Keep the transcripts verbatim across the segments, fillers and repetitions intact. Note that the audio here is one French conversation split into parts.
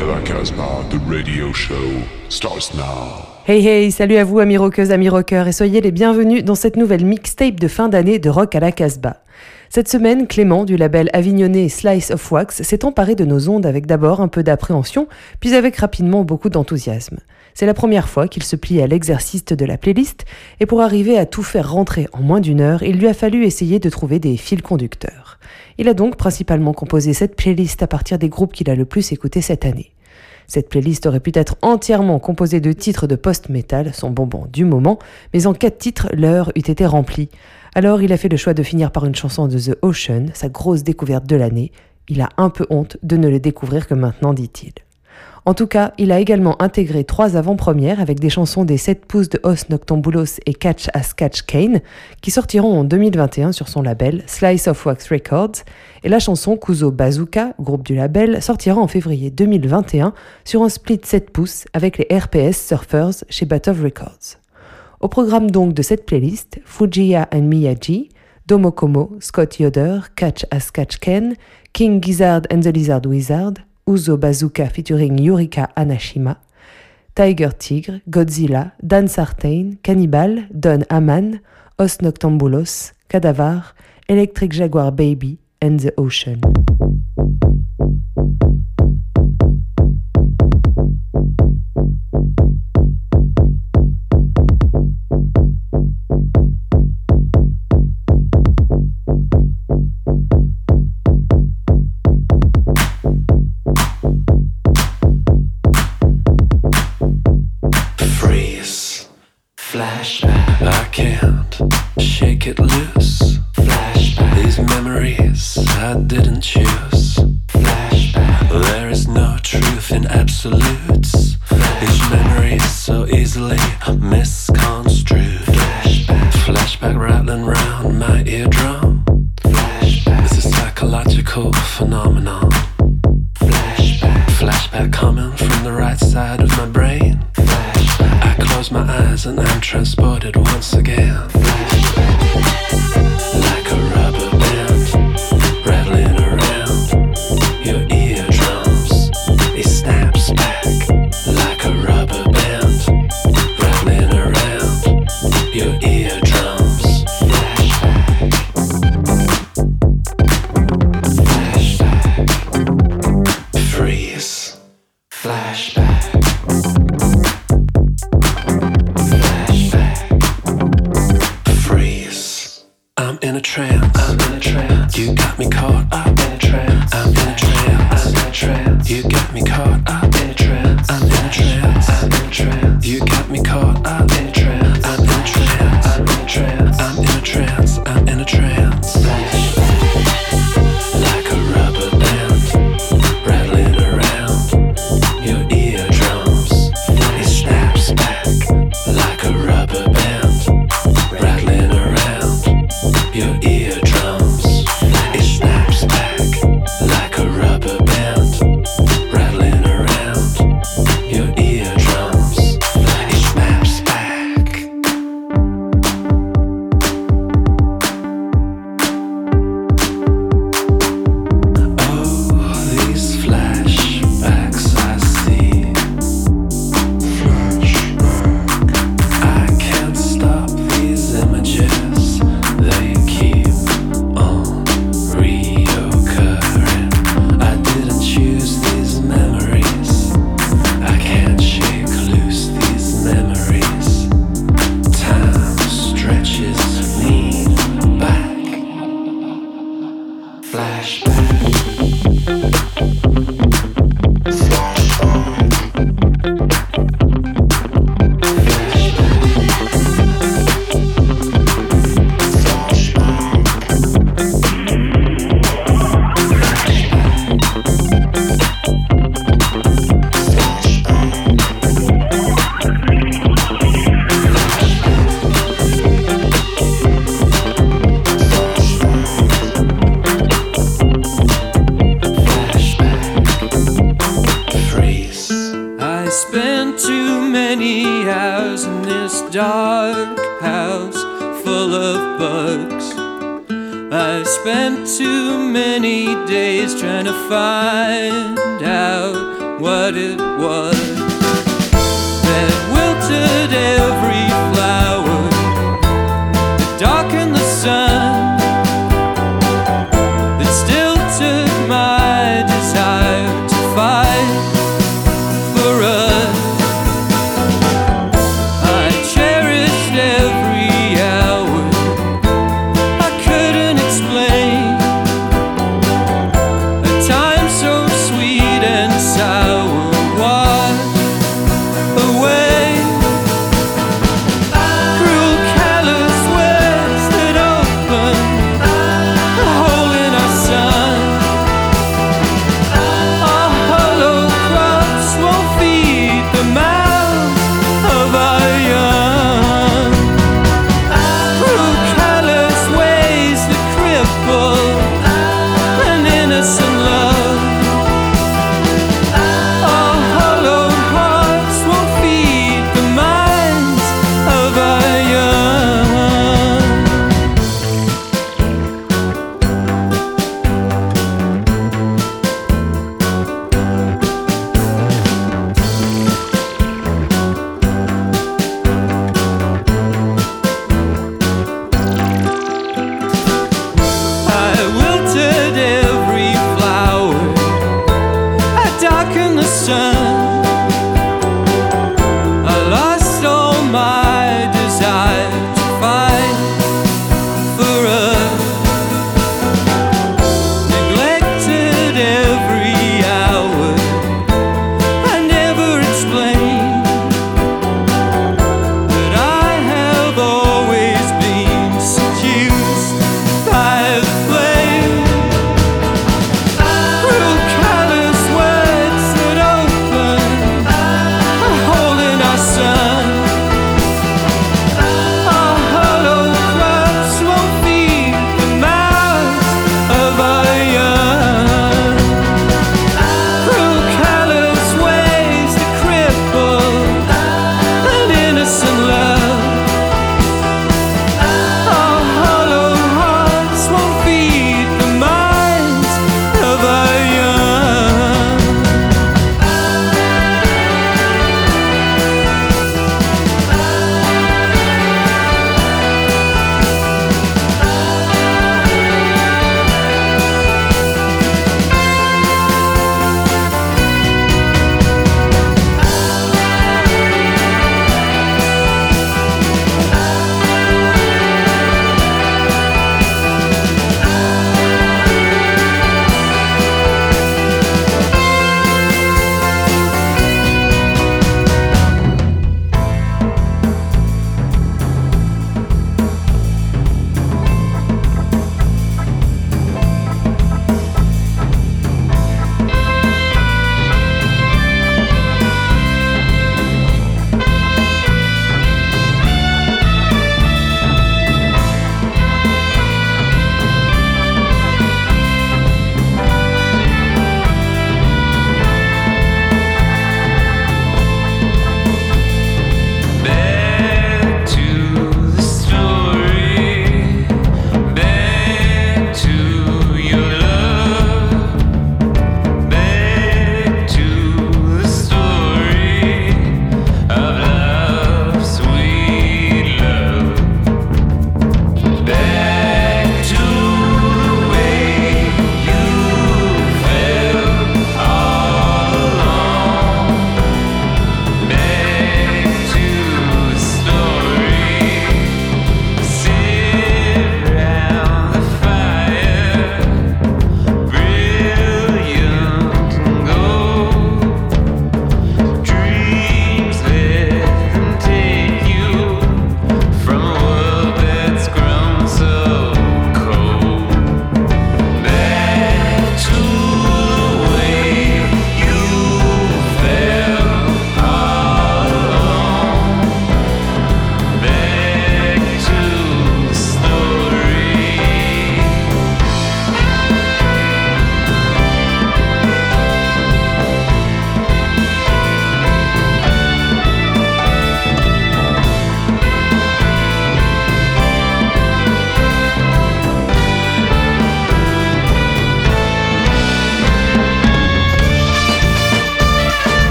à la Casbah, the radio show starts now. Hey hey, salut à vous amis rockeuses, amis rockeurs et soyez les bienvenus dans cette nouvelle mixtape de fin d'année de Rock à la Casbah. Cette semaine, Clément du label avignonnais Slice of Wax s'est emparé de nos ondes avec d'abord un peu d'appréhension, puis avec rapidement beaucoup d'enthousiasme. C'est la première fois qu'il se plie à l'exercice de la playlist et pour arriver à tout faire rentrer en moins d'une heure, il lui a fallu essayer de trouver des fils conducteurs. Il a donc principalement composé cette playlist à partir des groupes qu'il a le plus écoutés cette année. Cette playlist aurait pu être entièrement composée de titres de post-metal, son bonbon du moment, mais en quatre titres, l'heure eût été remplie. Alors il a fait le choix de finir par une chanson de The Ocean, sa grosse découverte de l'année. Il a un peu honte de ne le découvrir que maintenant, dit-il. En tout cas, il a également intégré trois avant-premières avec des chansons des sept pouces de Os Noctambulos et Catch as Catch Cane, qui sortiront en deux mille vingt et un sur son label Slice of Wax Records, et la chanson Kuzo Bazooka, groupe du label, sortira en février deux mille vingt et un sur un split sept pouces avec les R P S Surfers chez Batov Records. Au programme donc de cette playlist, Fujiya and Miyagi, Domokomo, Scott Yoder, Catch as Catch Can, King Gizzard and the Lizard Wizard, Uzo Bazooka featuring Yurika Hanashima, Tiger Tigre, Godzilla, Dan Sartain, Cannibal, Don Hamann, Os Noctambulos, Cadavar, Electric Jaguar Baby and the Ocean. Flashback, I can't shake it loose. Flashback, these memories I didn't choose. Flashback, there is no truth in absolutes. Flashback, each memory is so easily misconstrued. Flashback, flashback rattling round my eardrum. Flashback, it's a psychological phenomenon. Flashback, flashback coming from the right side of my brain. I close my eyes and I'm transported once again. Like a rubber band rattling around your eardrums. It snaps back like a rubber band rattling around your eardrums. Flashback. Flashback. Freeze. Flashback. In a trance, I'm in a trance. You got me caught up in a trance. I'm in a trance, I'm in a trance. You got me caught up in a trance. I'm in a trance, I'm in a trance. You got me caught up in a trance. I'm in a trance, I'm in a trance. I'm in a trance, I'm in a trance. Like a rubber band rattling around your eardrums. It snaps back like a rubber band rattling around your eardrums. It snaps back like a rubber band rattling around your eardrums. It snaps back. Oh, these flashbacks I see. Flashback. I can't stop these images. They keep on reoccurring. I didn't choose these memories. I can't shake loose these memories. Time stretches me back. Flashback. Dark house full of bugs. I've spent too many days trying to find out what it was that wilted every flower, that darkened the sun, that still took my desire to fight for us. I cherished every hour, I couldn't explain a time so sweet and sour. What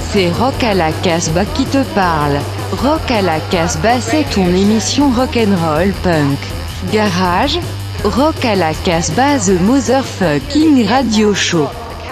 C'est Rock à la Casbah qui te parle. Rock à la Casbah, c'est ton émission rock'n'roll punk. Garage, Rock à la Casbah, the motherfucking radio show.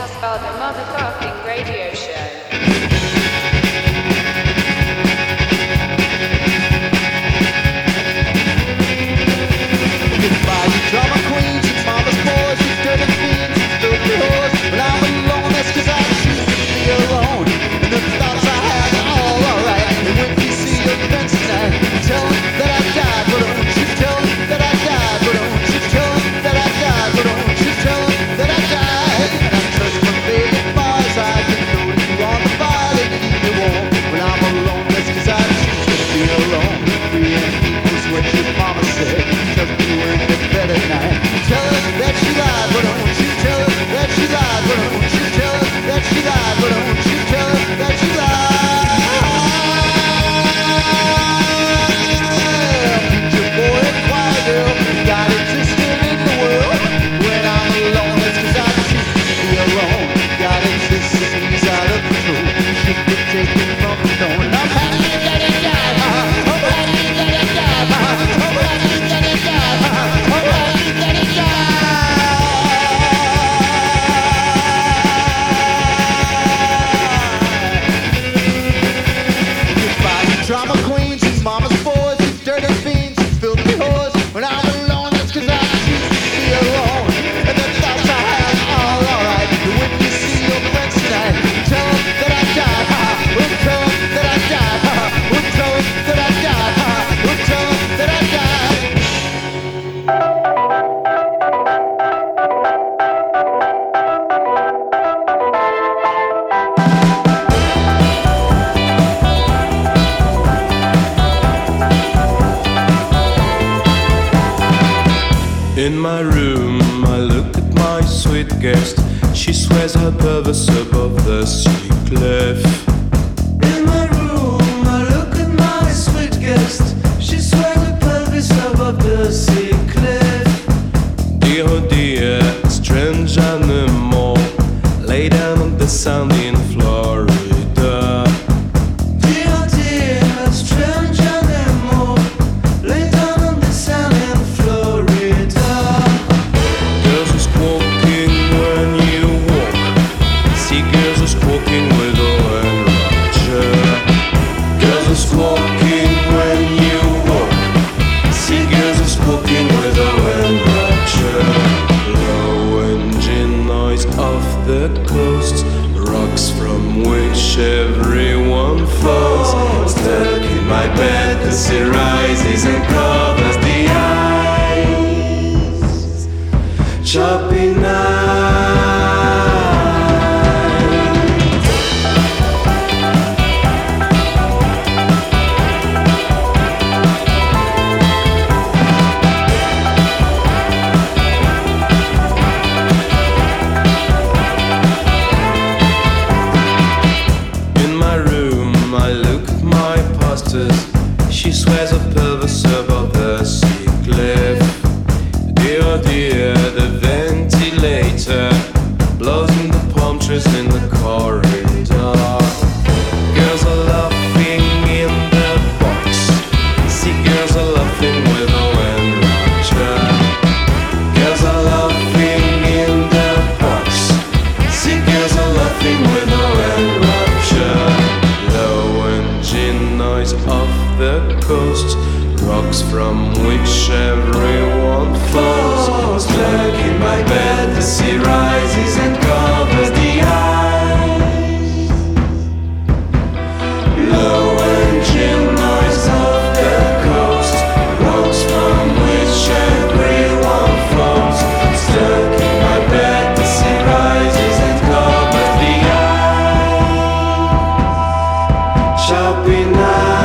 In my room, I look at my sweet guest. She swears her perverse above the sea cliff. In my room, I look at my sweet guest. She swears her perverse above the sea cliff. Dear, oh dear, strange animal, lay down on the sand in Florida. Dear, oh dear, strange animal, lay down on the sand in Florida. Girls are squawking when you walk. See girls are squawking with all and rapture. Girls are squawking when you walk. See girls are squawking with all and rapture. Low engine noise off the coast, rocks from which everyone falls. Stuck in my bed, the sea rises and covers the eyes. Choppy night. In my room, I look at my posters. She swears a perverse above the sea cliff. Dear, oh dear, the ventilator blows in the palm trees in the corridor. Girls are laughing in the box. See girls are laughing with all and rapture. Girls are laughing in the box. See girls are laughing with all and rapture. Low engine noise off the coast, rocks from which everyone falls. Stuck in my bed, the sea rises and covers the eyes. Low engine noise off the coast, rocks from which everyone falls. Stuck in my bed, the sea rises and covers the eyes. Choppy night.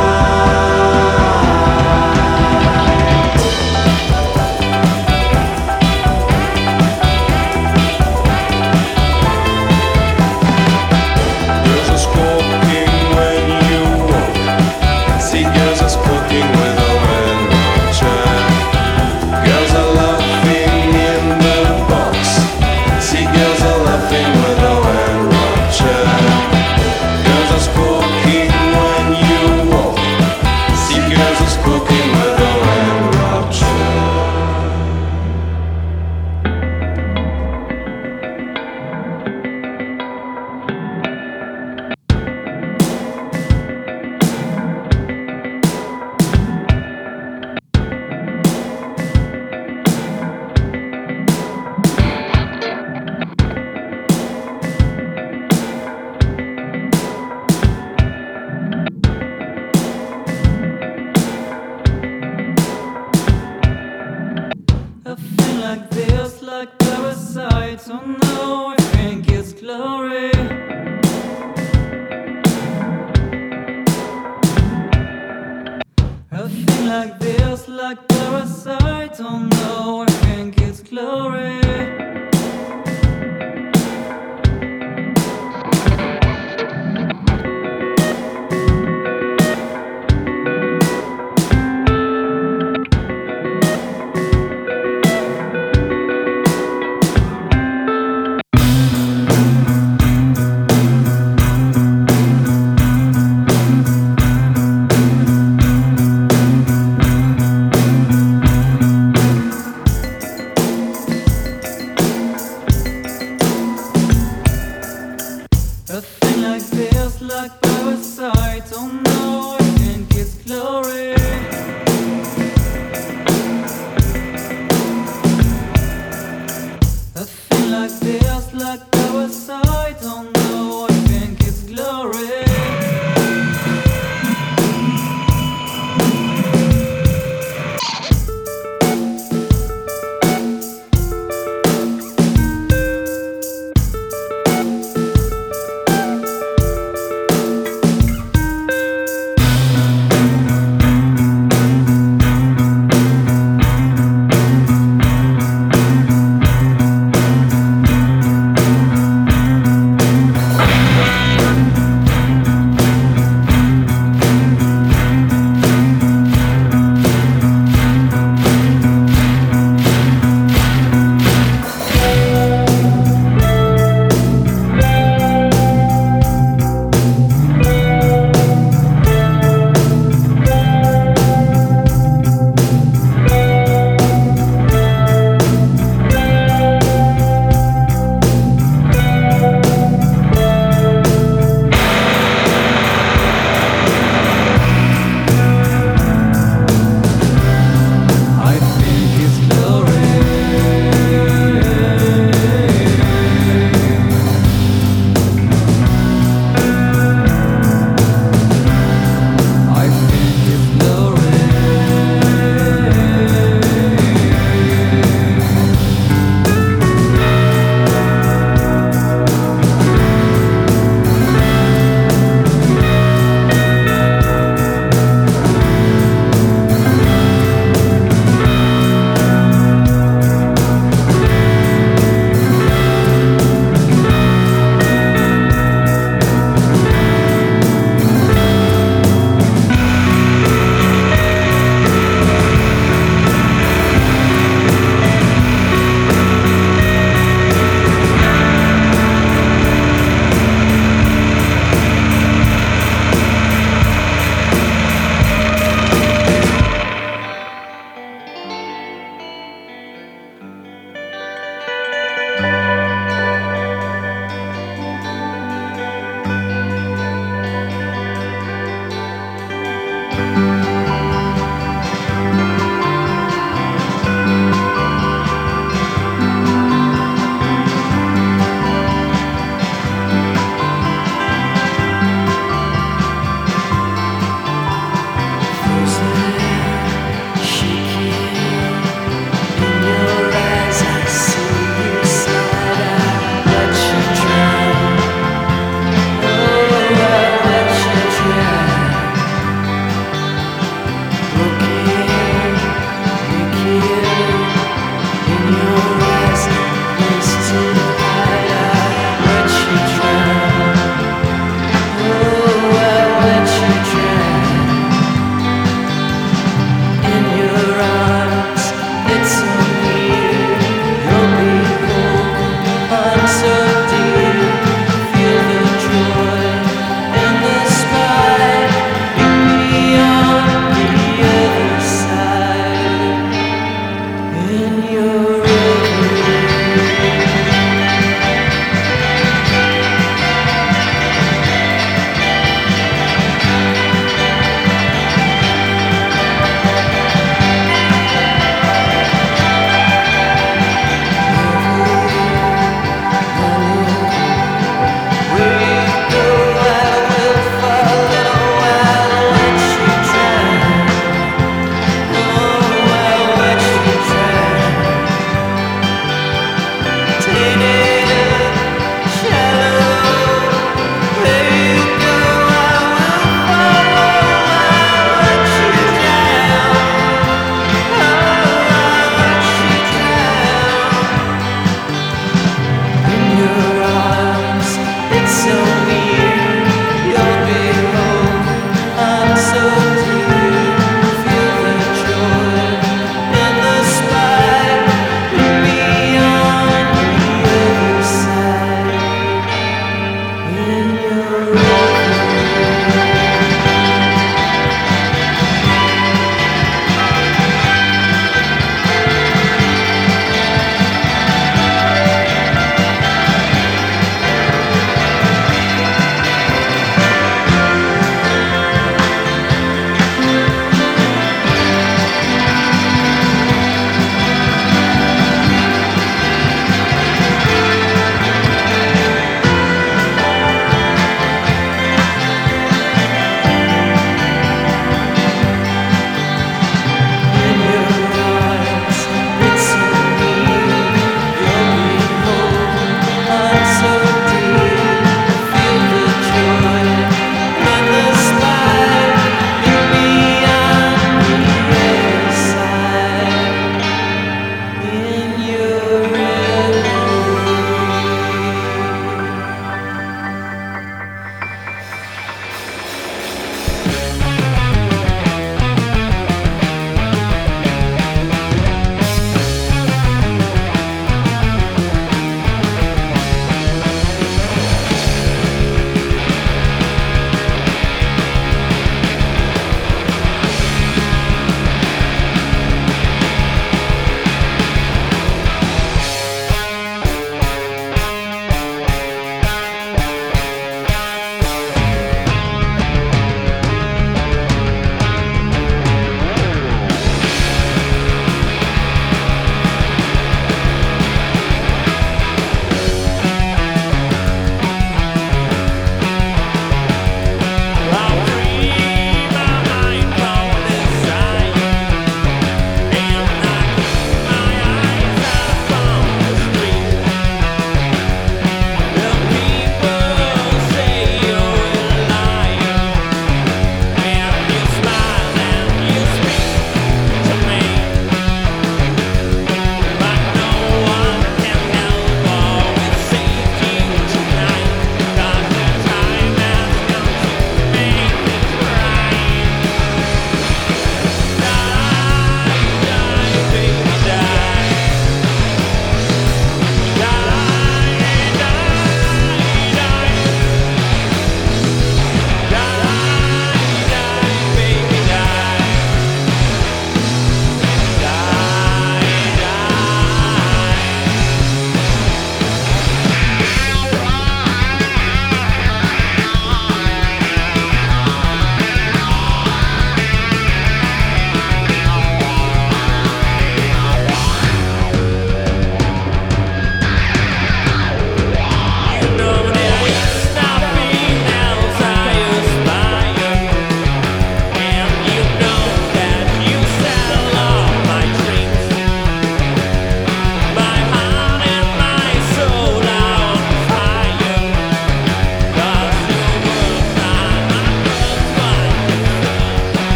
parasite, oh no, I think it's glory. A thing like this, like parasite, oh no, I think it's glory.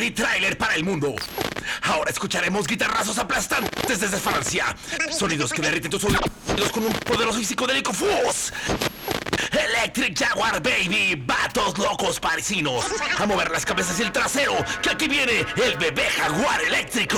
mi tráiler para el mundo. Ahora escucharemos guitarrazos aplastantes desde Francia. Sonidos que derriten tus oídos con un poderoso y psicodélico fuzz. Electric Jaguar Baby, vatos locos parisinos. A mover las cabezas y el trasero, que aquí viene el bebé jaguar eléctrico.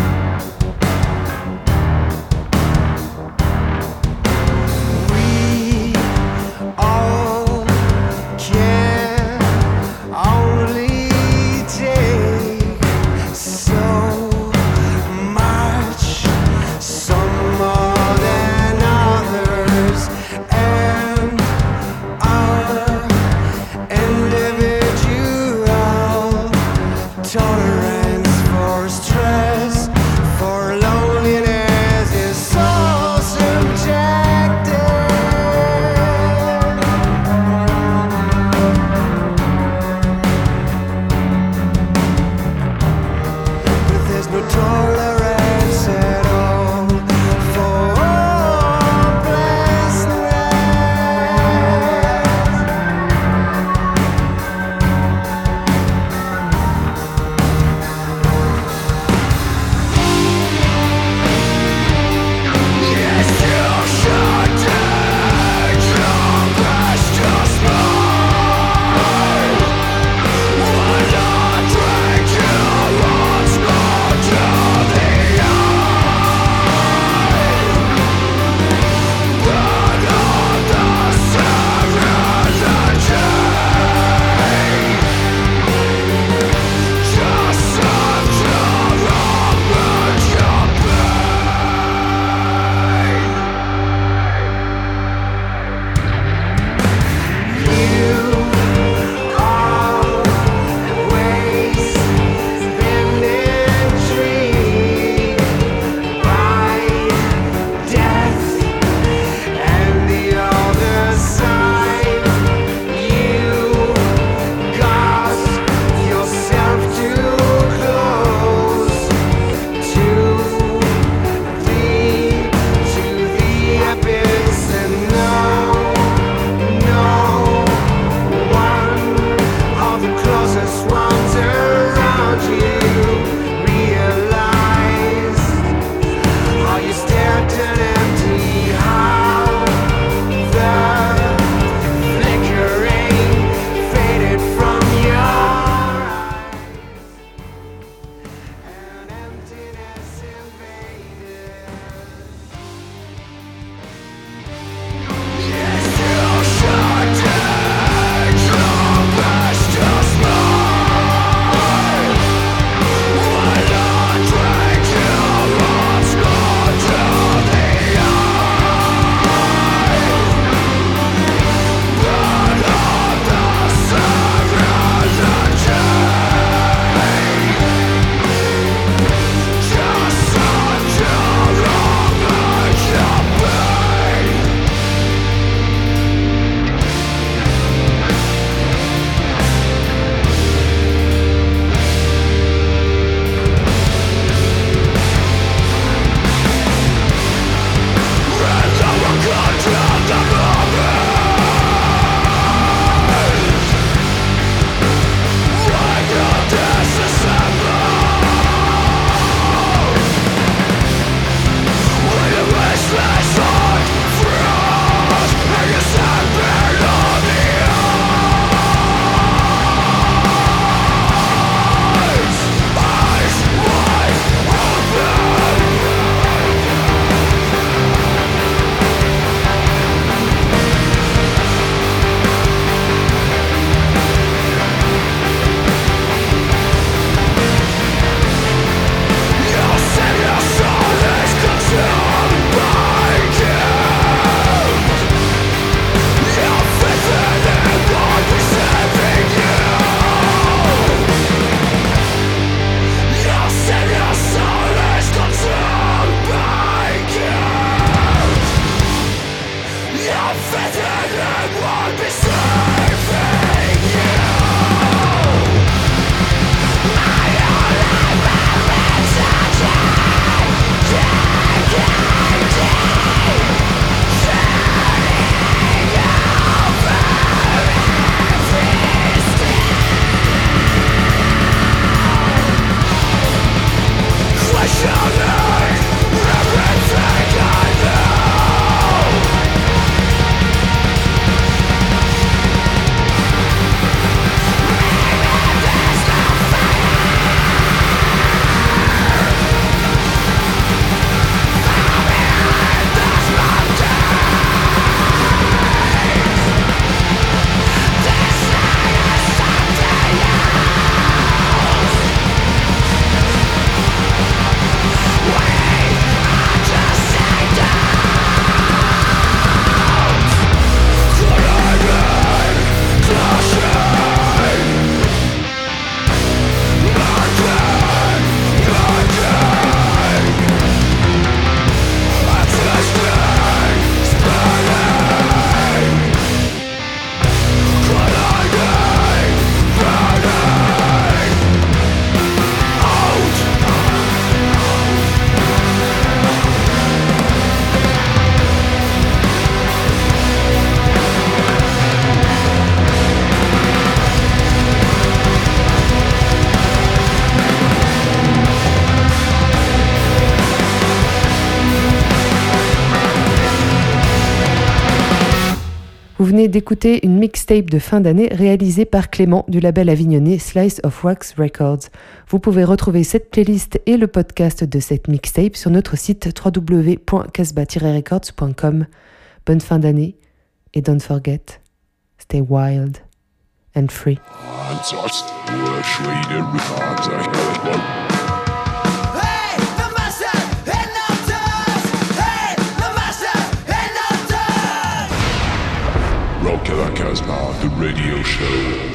We venez d'écouter une mixtape de fin d'année réalisée par Clément du label avignonnais Slice of Wax Records. Vous pouvez retrouver cette playlist et le podcast de cette mixtape sur notre site w w w point casbah tiret records point com. Bonne fin d'année et don't forget, stay wild and free. Rock à la Casbah, the radio show.